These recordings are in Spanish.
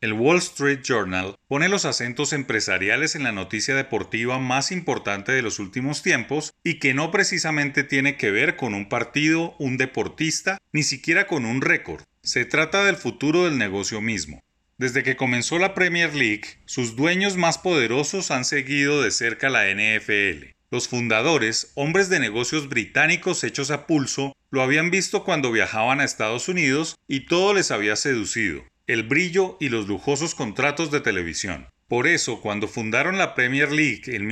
El Wall Street Journal pone los acentos empresariales en la noticia deportiva más importante de los últimos tiempos y que no precisamente tiene que ver con un partido, un deportista, ni siquiera con un récord. Se trata del futuro del negocio mismo. Desde que comenzó la Premier League, sus dueños más poderosos han seguido de cerca la NFL. Los fundadores, hombres de negocios británicos hechos a pulso, lo habían visto cuando viajaban a Estados Unidos y todo les había seducido: el brillo y los lujosos contratos de televisión. Por eso, cuando fundaron la Premier League en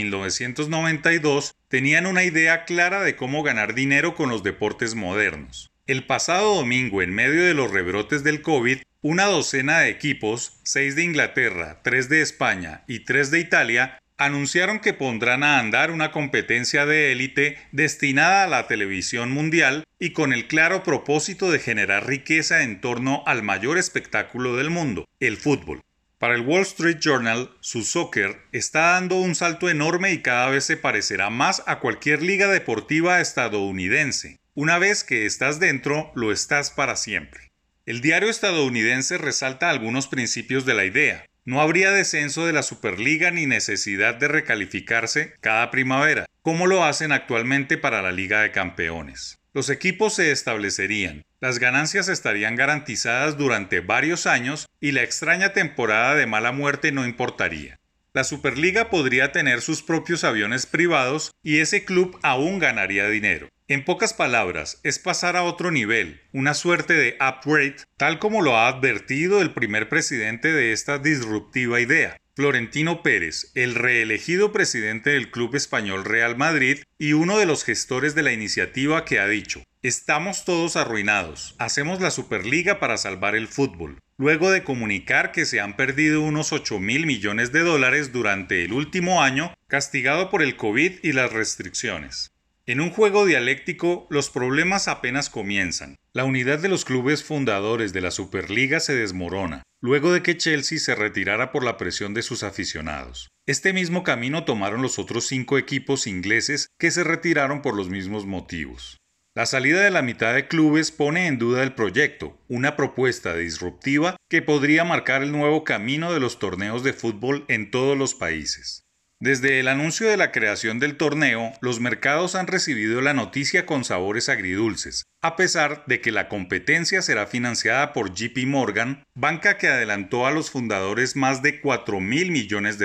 1992, tenían una idea clara de cómo ganar dinero con los deportes modernos. El pasado domingo, en medio de los rebrotes del COVID, una docena de equipos, 6 de Inglaterra, 3 de España y 3 de Italia, anunciaron que pondrán a andar una competencia de élite destinada a la televisión mundial y con el claro propósito de generar riqueza en torno al mayor espectáculo del mundo, el fútbol. Para el Wall Street Journal, su soccer está dando un salto enorme y cada vez se parecerá más a cualquier liga deportiva estadounidense. Una vez que estás dentro, lo estás para siempre. El diario estadounidense resalta algunos principios de la idea. No habría descenso de la Superliga ni necesidad de recalificarse cada primavera, como lo hacen actualmente para la Liga de Campeones. Los equipos se establecerían, las ganancias estarían garantizadas durante varios años y la extraña temporada de mala muerte no importaría. La Superliga podría tener sus propios aviones privados y ese club aún ganaría dinero. En pocas palabras, es pasar a otro nivel, una suerte de upgrade, tal como lo ha advertido el primer presidente de esta disruptiva idea, Florentino Pérez, el reelegido presidente del club español Real Madrid y uno de los gestores de la iniciativa, que ha dicho: «Estamos todos arruinados, hacemos la Superliga para salvar el fútbol», luego de comunicar que se han perdido unos $8.000 millones durante el último año, castigado por el COVID y las restricciones. En un juego dialéctico, los problemas apenas comienzan. La unidad de los clubes fundadores de la Superliga se desmorona, luego de que Chelsea se retirara por la presión de sus aficionados. Este mismo camino tomaron los otros 5 equipos ingleses que se retiraron por los mismos motivos. La salida de la mitad de clubes pone en duda el proyecto, una propuesta disruptiva que podría marcar el nuevo camino de los torneos de fútbol en todos los países. Desde el anuncio de la creación del torneo, los mercados han recibido la noticia con sabores agridulces, a pesar de que la competencia será financiada por JP Morgan, banca que adelantó a los fundadores más de $4.000 millones.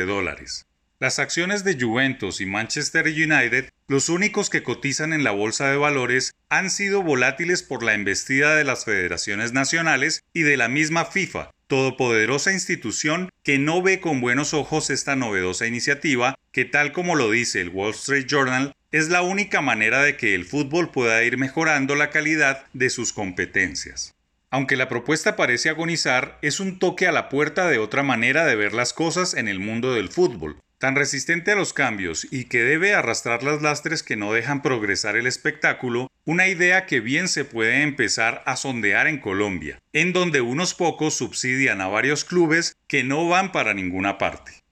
Las acciones de Juventus y Manchester United, los únicos que cotizan en la bolsa de valores, han sido volátiles por la embestida de las federaciones nacionales y de la misma FIFA, todopoderosa institución que no ve con buenos ojos esta novedosa iniciativa que, tal como lo dice el Wall Street Journal, es la única manera de que el fútbol pueda ir mejorando la calidad de sus competencias. Aunque la propuesta parece agonizar, es un toque a la puerta de otra manera de ver las cosas en el mundo del fútbol, tan resistente a los cambios y que debe arrastrar las lastres que no dejan progresar el espectáculo, una idea que bien se puede empezar a sondear en Colombia, en donde unos pocos subsidian a varios clubes que no van para ninguna parte.